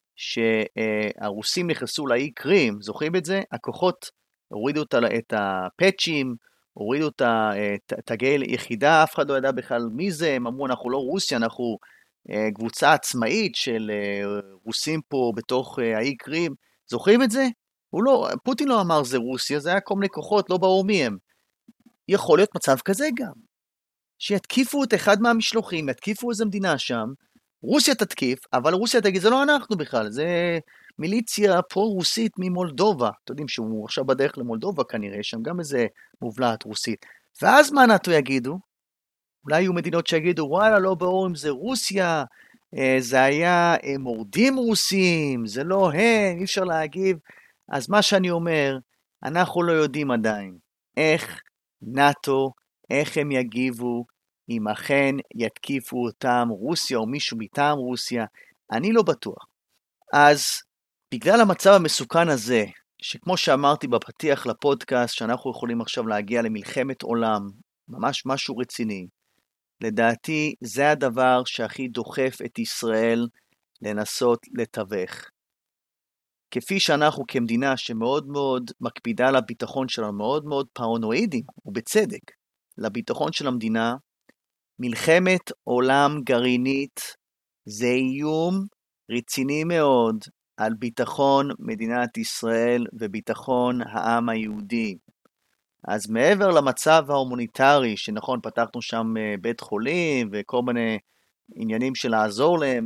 שהרוסים נכנסו לאי קרים, זוכרים את זה? הכוחות הורידו את הפאצ'ים, הורידו את תגי יחידה, אף אחד לא ידע בכלל מי זה, הם אמרו אנחנו לא רוסיה, אנחנו קבוצה עצמאית של רוסים פה בתוך האי קרים, זוכרים את זה? פוטין לא אמר זה רוסיה, זה היה כל מיני כוחות, לא ברור מי הם. יכול להיות מצב כזה גם, שיתקיפו את אחד מהמשלוחים, יתקיפו איזו מדינה שם, רוסיה תתקיף, אבל רוסיה תגיד, זה לא אנחנו בכלל, זה מיליציה פרו-רוסית ממולדובה, אתם יודעים שהוא עכשיו בדרך למולדובה כנראה, יש שם גם איזה מובלעת רוסית, ואז מה נאטו יגידו? אולי יהיו מדינות שיגידו, וואלה, לא ברור אם זה רוסיה, זה היה מורדים רוסים, זה לא הם, אי אפשר להגיב. אז מה שאני אומר, אנחנו לא יודעים עדיין איך נאט"ו, איך הם יגיבו, אם אכן יתקיפו אותם רוסיה או מישהו מטעם רוסיה, אני לא בטוח. אז בגלל המצב המסוכן הזה, שכמו שאמרתי בפתיח לפודקאסט, שאנחנו יכולים עכשיו להגיע למלחמת עולם, ממש משהו רציני, לדעתי זה הדבר שהכי דוחף את ישראל לנסות לתווך. כפי שאנחנו כמדינה שמאוד מאוד מקפידה על הביטחון שלנו, מאוד מאוד פרנואידים, ובצדק, לביטחון של המדינה, מלחמת עולם גרעינית זה איום רציני מאוד על ביטחון מדינת ישראל וביטחון העם היהודי. אז מעבר למצב ההומניטרי, שנכון, פתחנו שם בית חולים וכל מיני עניינים של לעזור להם,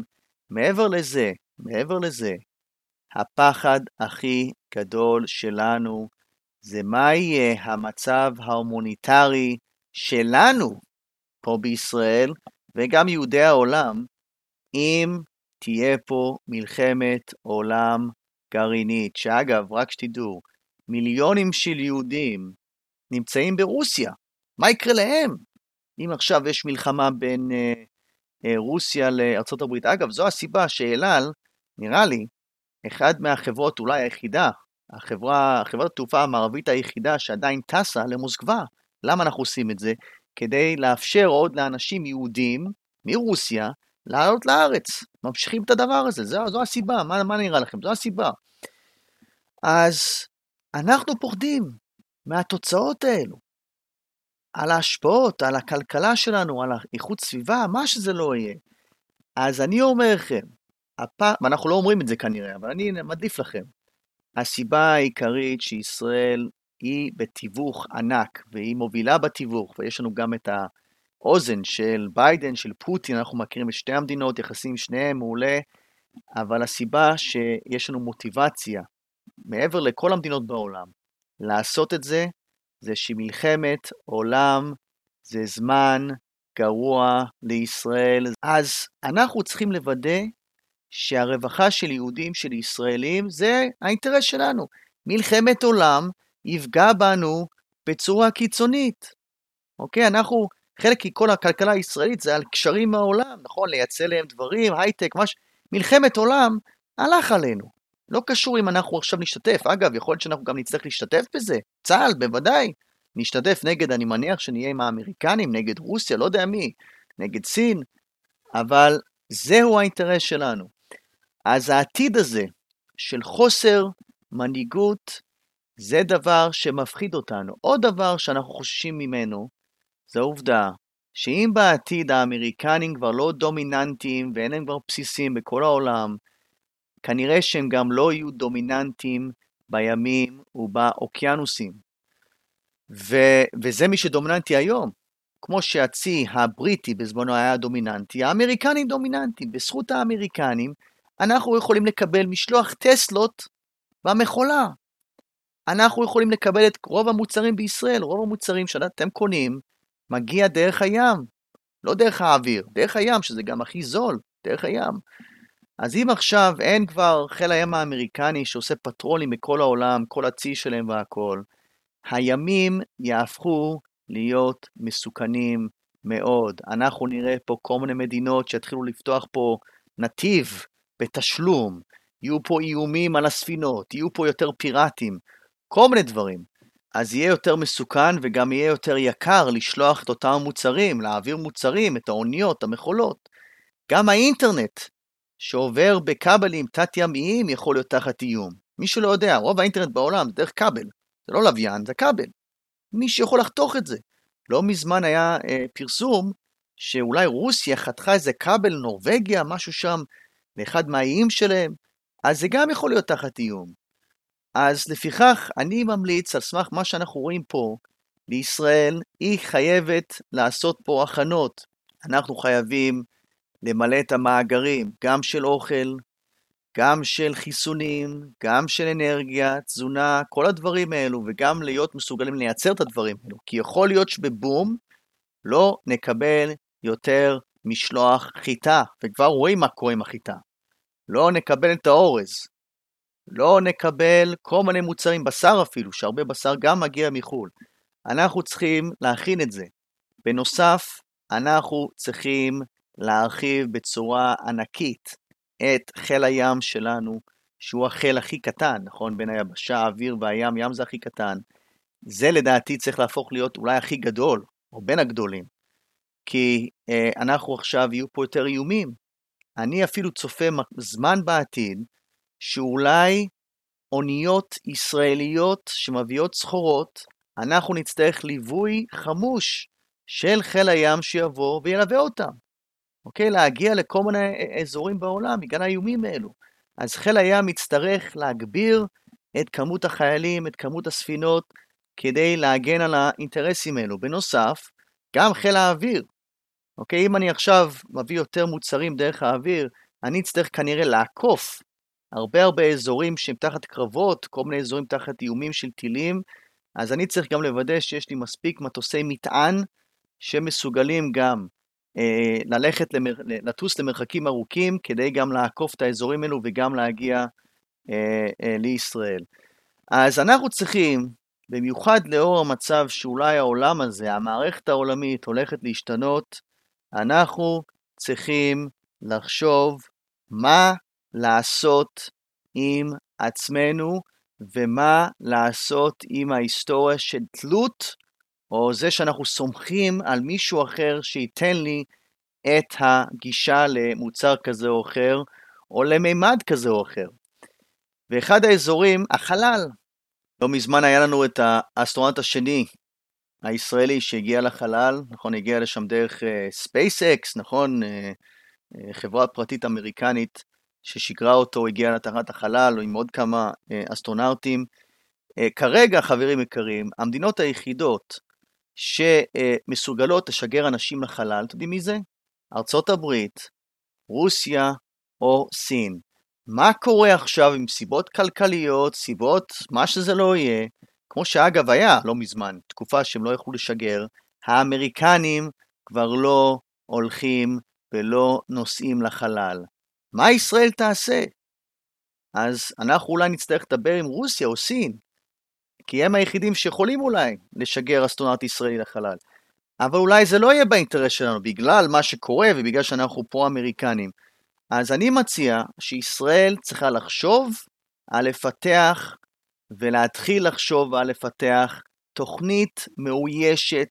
מעבר לזה, הפחד הכי גדול שלנו זה מה יהיה המצב ההומניטרי שלנו פה בישראל, וגם יהודי העולם, אם תהיה פה מלחמת עולם גרעינית, שאגב, רק שתדעו, מיליונים של יהודים נמצאים ברוסיה, מה יקרה להם? אם עכשיו יש מלחמה בין רוסיה לארצות הברית, אגב, זו הסיבה שאל על, נראה לי, אחד מהחברות, אולי היחידה, חברת התעופה המערבית היחידה שעדיין טסה למוסקבה. למה אנחנו עושים את זה? כדי לאפשר עוד לאנשים יהודים מרוסיה לעלות לארץ. ממשיכים את הדבר הזה, זו הסיבה. מה נראה לכם? זו הסיבה. אז אנחנו פוחדים מהתוצאות האלו, על ההשפעות, על הכלכלה שלנו, על איכות סביבה, מה שזה לא יהיה. אז אני אומר לכם, ואנחנו לא אומרים את זה כנראה, אבל אני מדליף לכם, הסיבה העיקרית שישראל היא בתיווך ענק, והיא מובילה בתיווך, ויש לנו גם את האוזן של ביידן, של פוטין, אנחנו מכירים את שתי המדינות, יחסים שניהם מעולה, אבל הסיבה שיש לנו מוטיבציה, מעבר לכל המדינות בעולם, לעשות את זה, זה שמלחמת עולם זה זמן גרוע לישראל. אז אנחנו צריכים לוודא שהרווחה של יהודים, של ישראלים, זה האינטרס שלנו. מלחמת עולם יפגע בנו בצורה קיצונית. אוקיי? אנחנו, חלק מכל הכלכלה הישראלית זה על קשרים מהעולם, נכון? לייצא להם דברים, הייטק, מלחמת עולם הלך עלינו. לא קשור אם אנחנו עכשיו נשתתף. אגב, יכול להיות שאנחנו גם נצטרך להשתתף בזה. צה"ל, בוודאי. נשתתף נגד, אני מניח שנהיה עם האמריקנים, נגד רוסיה, לא יודע מי, נגד סין, אבל זהו האינטרס שלנו. אז העתיד הזה של חוסר מנהיגות, זה דבר שמפחיד אותנו. עוד דבר שאנחנו חוששים ממנו, זה העובדה שאם בעתיד האמריקנים כבר לא דומיננטיים ואין הם כבר בסיסים בכל העולם, כנראה שהם גם לא יהיו דומיננטיים בימים ובאוקיינוסים. וזה מי שדומיננטי היום. כמו שהצי הבריטי בזמנו היה דומיננטי, האמריקנים דומיננטיים. בזכות האמריקנים, אנחנו יכולים לקבל משלוח טסלות במכולה. אנחנו יכולים לקבל את רוב המוצרים בישראל, רוב המוצרים שאתם קונים, מגיע דרך הים, לא דרך האוויר, דרך הים, שזה גם הכי זול, דרך הים. אז אם עכשיו אין כבר חיל הים האמריקני שעושה פטרולים בכל העולם, כל הצי שלהם והכל, הימים יהפכו להיות מסוכנים מאוד. אנחנו נראה פה כל מיני מדינות שיתחילו לפתוח פה נתיב בתשלום, יהיו פה איומים על הספינות, יהיו פה יותר פיראטים, כל מיני דברים. אז יהיה יותר מסוכן וגם יהיה יותר יקר לשלוח את אותם מוצרים, להעביר מוצרים, את האוניות, המכולות. גם האינטרנט שעובר בכבלים תת-ימיים יכול להיות תחת איום. מי שלא יודע, רוב האינטרנט בעולם זה דרך כבל, זה לא לוויין, זה כבל. מי שיכול לחתוך את זה. לא מזמן היה פרסום שאולי רוסיה חתכה איזה כבל נורווגיה, משהו שם, לאחד מהאיים שלהם, אז זה גם יכול להיות תחת איום. אז לפיכך אני ממליץ על סמך מה שאנחנו רואים פה, לישראל היא חייבת לעשות פה הכנות. אנחנו חייבים למלא את המאגרים, גם של אוכל, גם של חיסונים, גם של אנרגיה, תזונה, כל הדברים האלו, וגם להיות מסוגלים לייצר את הדברים האלו. כי יכול להיות שבבום, לא נקבל יותר משלוח חיטה, וכבר רואים מה קורה עם החיטה. לא נקבל את האורז, לא נקבל כל מיני מוצרים, בשר אפילו, שהרבה בשר גם מגיע מחול. אנחנו צריכים להכין את זה. בנוסף, אנחנו צריכים להרחיב בצורה ענקית את חיל הים שלנו, שהוא החיל הכי קטן, נכון? בין היבשה, האוויר והים, ים זה הכי קטן. זה לדעתי צריך להפוך להיות אולי הכי גדול, או בין הגדולים. כי אנחנו עכשיו יהיו פה יותר איומים. אני אפילו צופה זמן בעתיד, שאולי אוניות ישראליות שמביאות סחורות, אנחנו נצטרך ליווי חמוש של חיל הים שיבוא וילווה אותם. אוקיי? להגיע לכל מיני אזורים בעולם, בגלל האיומים האלו. אז חיל הים יצטרך להגביר את כמות החיילים, את כמות הספינות, כדי להגן על האינטרסים האלו. בנוסף, גם חיל האוויר. אוקיי? אם אני עכשיו מביא יותר מוצרים דרך האוויר, אני אצטרך כנראה לעקוף הרבה אזורים שהם תחת קרבות, כל מיני אזורים תחת איומים של טילים, אז אני צריך גם לוודא שיש לי מספיק מטוסי מטען, שמסוגלים גם לטוס למרחקים ארוכים, כדי גם לעקוף את האזורים האלו וגם להגיע לישראל. אז אנחנו צריכים, במיוחד לאור המצב שאולי העולם הזה, המערכת העולמית הולכת להשתנות, אנחנו צריכים לחשוב מה לעשות עם עצמנו, ומה לעשות עם ההיסטוריה של תלות, או זה שאנחנו סומכים על מישהו אחר שייתן לי את הגישה למוצר כזה או אחר, או למימד כזה או אחר. ואחד האזורים, החלל. לא מזמן היה לנו את האסטרונאוט השני, הישראלי שהגיע לחלל, נכון, הגיע לשם דרך SpaceX, נכון, חברה פרטית אמריקנית ששגרה אותו, הגיע לתחנת החלל, עם עוד כמה אסטרונאוטים. כרגע, חברים יקרים, המדינות היחידות שמסוגלות לשגר אנשים לחלל, אתם יודעים מי זה? ארצות הברית, רוסיה או סין. מה קורה עכשיו עם סיבות כלכליות, סיבות, מה שזה לא יהיה, כמו שאגב היה לא מזמן, תקופה שהם לא יכלו לשגר, האמריקנים כבר לא הולכים ולא נוסעים לחלל. מה ישראל תעשה? אז אנחנו אולי נצטרך לדבר עם רוסיה או סין, כי הם היחידים שיכולים אולי לשגר אסטרונאוט ישראלי לחלל. אבל אולי זה לא יהיה באינטרס שלנו, בגלל מה שקורה ובגלל שאנחנו פה אמריקנים. אז אני מציע שישראל צריכה לחשוב על לפתח, ולהתחיל לחשוב על לפתח תוכנית מאוישת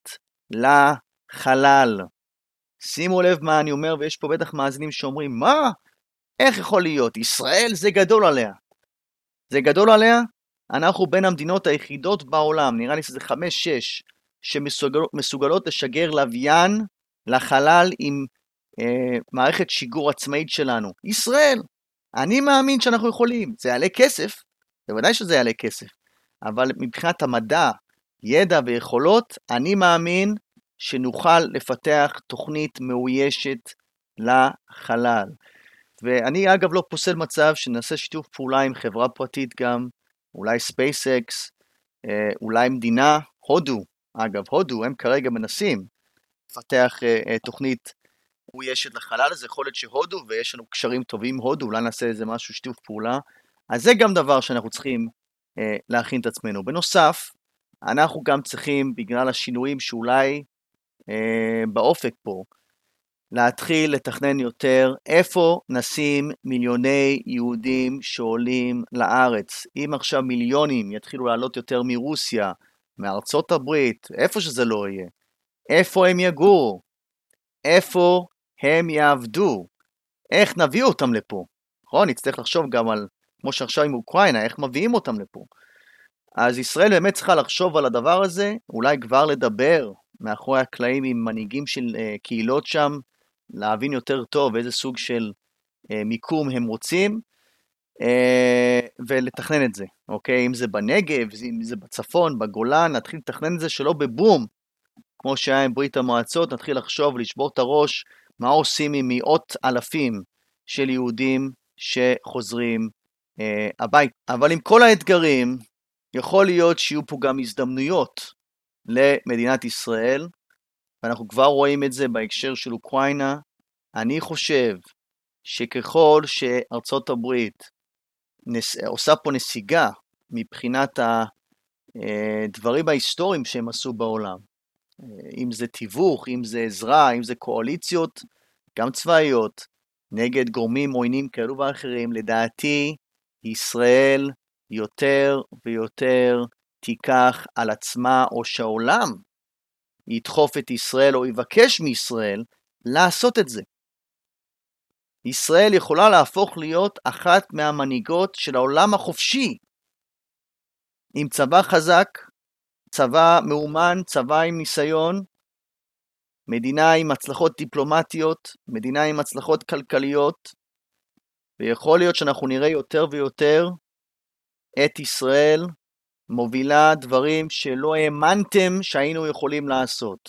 לחלל. שימו לב מה אני אומר, ויש פה בטח מאזינים שאומרים, מה? איך יכול להיות? ישראל זה גדול עליה. זה גדול עליה? אנחנו בין המדינות היחידות בעולם, נראה לי שזה 5-6, שמסוגלות לשגר לוויין לחלל עם מערכת שיגור עצמאית שלנו. ישראל, אני מאמין שאנחנו יכולים. זה יעלה כסף, בוודאי שזה יעלה כסף, אבל מבחינת המדע, ידע ויכולות, אני מאמין שנוכל לפתח תוכנית מאוישת לחלל. ואני אגב לא פוסל מצב שנעשה שיתוף פעולה עם חברה פרטית גם, אולי SpaceX, אולי מדינה, הודו, אגב הודו, הם כרגע מנסים לפתח תוכנית מאוישת לחלל, אז יכול להיות שהודו, ויש לנו קשרים טובים עם הודו, אולי נעשה איזה משהו שיתוף פעולה, אז זה גם דבר שאנחנו צריכים להכין את עצמנו. בנוסף, אנחנו גם צריכים, בגלל השינויים שאולי באופק פה, להתחיל לתכנן יותר איפה נשים מיליוני יהודים שעולים לארץ. אם עכשיו מיליונים יתחילו לעלות יותר מרוסיה, מארצות הברית, איפה שזה לא יהיה, איפה הם יגורו, איפה הם יעבדו, איך נביא אותם לפה. נכון? נצטרך לחשוב גם על, כמו שעכשיו עם אוקראינה, איך מביאים אותם לפה. אז ישראל באמת צריכה לחשוב על הדבר הזה, אולי כבר לדבר מאחורי הקלעים עם מנהיגים של קהילות שם, להבין יותר טוב איזה סוג של מיקום הם רוצים, ולתכנן את זה, אוקיי? אם זה בנגב, אם זה בצפון, בגולן, נתחיל לתכנן את זה שלא בבום, כמו שהיה עם ברית המועצות, נתחיל לחשוב, לשבור את הראש, מה עושים עם מאות אלפים של יהודים שחוזרים הבית. אבל עם כל האתגרים, יכול להיות שיהיו פה גם הזדמנויות למדינת ישראל, ואנחנו כבר רואים את זה בהקשר של אוקראינה. אני חושב שככל שארצות הברית עושה פה נסיגה מבחינת הדברים ההיסטוריים שהם עשו בעולם, אם זה תיווך, אם זה עזרה, אם זה קואליציות, גם צבאיות, נגד גורמים עוינים כאלו ואחרים, לדעתי ישראל יותר ויותר תיקח על עצמה, או שהעולם ידחוף את ישראל או יבקש מישראל לעשות את זה. ישראל יכולה להפוך להיות אחת מהמנהיגות של העולם החופשי, עם צבא חזק, צבא מאומן, צבא עם ניסיון, מדינה עם הצלחות דיפלומטיות, מדינה עם הצלחות כלכליות, ויכול להיות שאנחנו נראה יותר ויותר את ישראל מובילה דברים שלא האמנתם שהיינו יכולים לעשות.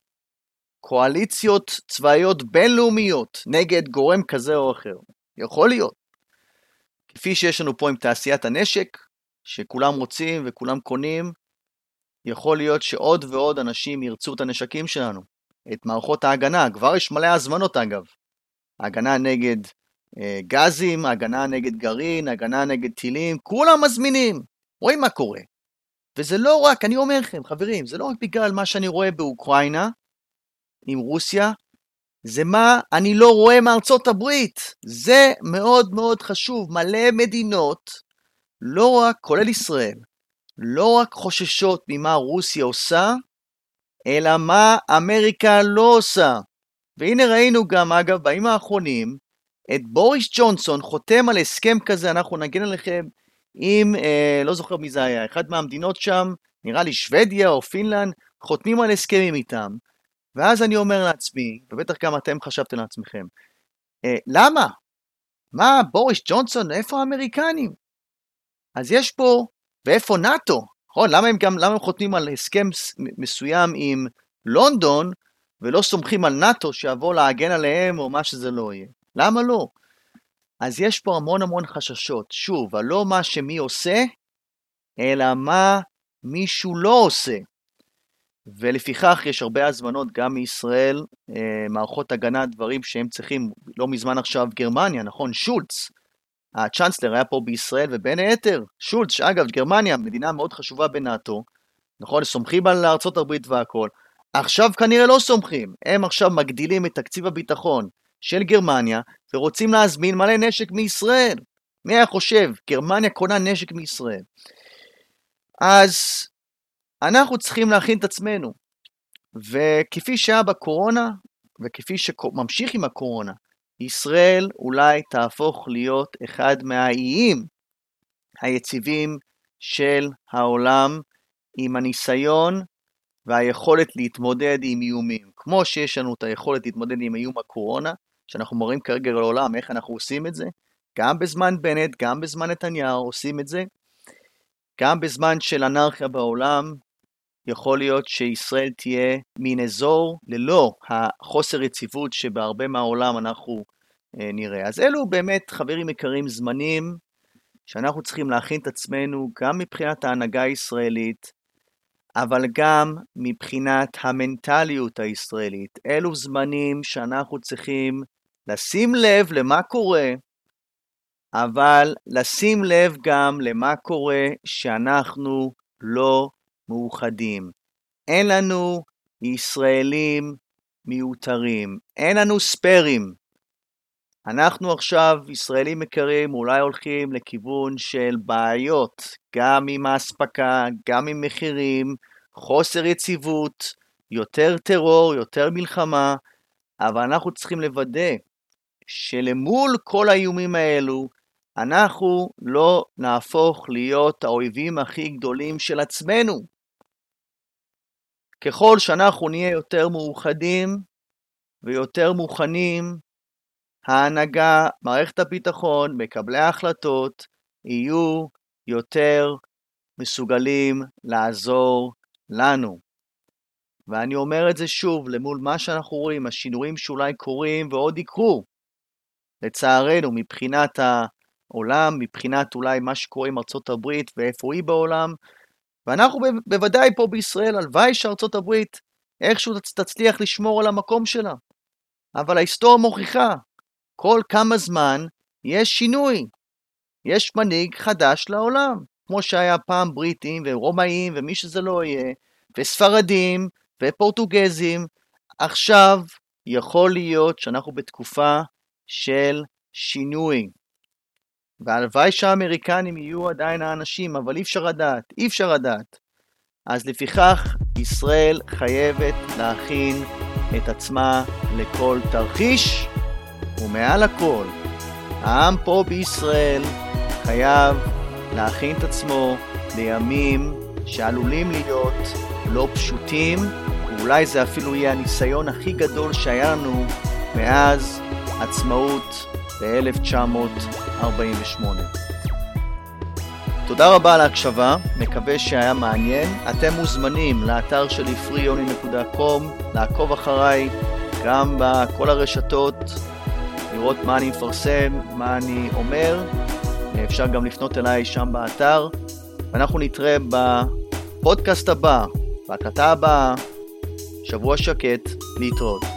קואליציות צבאיות בינלאומיות נגד גורם כזה או אחר. יכול להיות. כפי שיש לנו פה עם תעשיית הנשק, שכולם רוצים וכולם קונים, יכול להיות שעוד ועוד אנשים ירצו את הנשקים שלנו, את מערכות ההגנה. כבר יש מלא הזמנות אגב. הגנה נגד גזים, הגנה נגד גרעין, הגנה נגד טילים, כולם מזמינים. רואים מה קורה. וזה לא רק, אני אומר לכם, חברים, זה לא רק בגלל מה שאני רואה באוקראינה, עם רוסיה, זה מה אני לא רואה מארצות הברית. זה מאוד מאוד חשוב. מלא מדינות, לא רק, כולל ישראל, לא רק חוששות ממה רוסיה עושה, אלא מה אמריקה לא עושה. והנה ראינו גם, אגב, בימים האחרונים, את בוריס ג'ונסון חותם על הסכם כזה, אנחנו נגן עליכם עם, לא זוכר מי זה היה, אחד מהמדינות שם, נראה לי שוודיה או פינלנד, חותמים על הסכמים איתם, ואז אני אומר לעצמי, ובטח גם אתם חשבתם לעצמכם, למה? מה, בוריס ג'ונסון, איפה האמריקנים? אז יש פה, ואיפה נאטו? נכון, למה הם חותמים על הסכם מסוים עם לונדון, ולא סומכים על נאטו שיבוא להגן עליהם, או מה שזה לא יהיה? למה לא? אז יש פה המון המון חששות. שוב, לא מה שמי עושה, אלא מה מישהו לא עושה. ולפיכך יש הרבה הזמנות גם מישראל, מערכות הגנה, דברים שהם צריכים, לא מזמן עכשיו גרמניה, נכון? שולץ, הצ'אנסלר היה פה בישראל, ובין היתר, שולץ, שאגב, גרמניה, מדינה מאוד חשובה בנאטו, נכון? סומכים על ארצות הברית והכל. עכשיו כנראה לא סומכים, הם עכשיו מגדילים את תקציב הביטחון של גרמניה, ורוצים להזמין מלא נשק מישראל. מי היה חושב? גרמניה קונה נשק מישראל. אז אנחנו צריכים להכין את עצמנו, וכפי שהיה בקורונה, וכפי שממשיך עם הקורונה, ישראל אולי תהפוך להיות אחד מהאיים היציבים של העולם, עם הניסיון והיכולת להתמודד עם איומים. כמו שיש לנו את היכולת להתמודד עם איום הקורונה, שאנחנו מראים כרגע לעולם איך אנחנו עושים את זה, גם בזמן בנט, גם בזמן נתניהו עושים את זה, גם בזמן של אנרכיה בעולם, יכול להיות שישראל תהיה מין אזור ללא החוסר יציבות שבהרבה מהעולם אנחנו נראה. אז אלו באמת, חברים יקרים, זמנים שאנחנו צריכים להכין את עצמנו גם מבחינת ההנהגה הישראלית, אבל גם מבחינת המנטליות הישראלית. אלו זמנים שאנחנו צריכים לשים לב למה קורה, אבל לשים לב גם למה קורה שאנחנו לא מאוחדים. אין לנו ישראלים מיותרים, אין לנו ספרים. אנחנו עכשיו, ישראלים יקרים, אולי הולכים לכיוון של בעיות, גם עם ההספקה, גם עם מחירים, חוסר יציבות, יותר טרור, יותר מלחמה, אבל אנחנו צריכים לוודא שלמול כל האיומים האלו, אנחנו לא נהפוך להיות האויבים הכי גדולים של עצמנו. ככל שאנחנו נהיה יותר מאוחדים ויותר מוכנים, ההנהגה, מערכת הביטחון, מקבלי ההחלטות, יהיו יותר מסוגלים לעזור לנו. ואני אומר את זה שוב, למול מה שאנחנו רואים, השינויים שאולי קורים ועוד יקרו, לצערנו, מבחינת העולם, מבחינת אולי מה שקורה עם ארצות הברית ואיפה היא בעולם, ואנחנו בוודאי פה בישראל, הלוואי שארצות הברית איכשהו תצליח לשמור על המקום שלה. אבל ההיסטוריה מוכיחה, כל כמה זמן יש שינוי. יש מנהיג חדש לעולם, כמו שהיה פעם בריטים ורומאים ומי שזה לא יהיה, וספרדים ופורטוגזים. עכשיו יכול להיות שאנחנו בתקופה של שינוי. והלוואי שהאמריקנים יהיו עדיין האנשים, אבל אי אפשר לדעת. אז לפיכך ישראל חייבת להכין את עצמה לכל תרחיש, ומעל הכל, העם פה בישראל חייב להכין את עצמו לימים שעלולים להיות לא פשוטים, ואולי זה אפילו יהיה הניסיון הכי גדול שהיה לנו מאז עצמאות ב-1948. תודה רבה על ההקשבה, מקווה שהיה מעניין. אתם מוזמנים לאתר שלי freeonly.com, לעקוב אחריי גם בכל הרשתות, לראות מה אני מפרסם, מה אני אומר. אפשר גם לפנות אליי שם באתר, ואנחנו נתראה בפודקאסט הבא, בהקלטה הבאה. שבוע שקט, להתראות.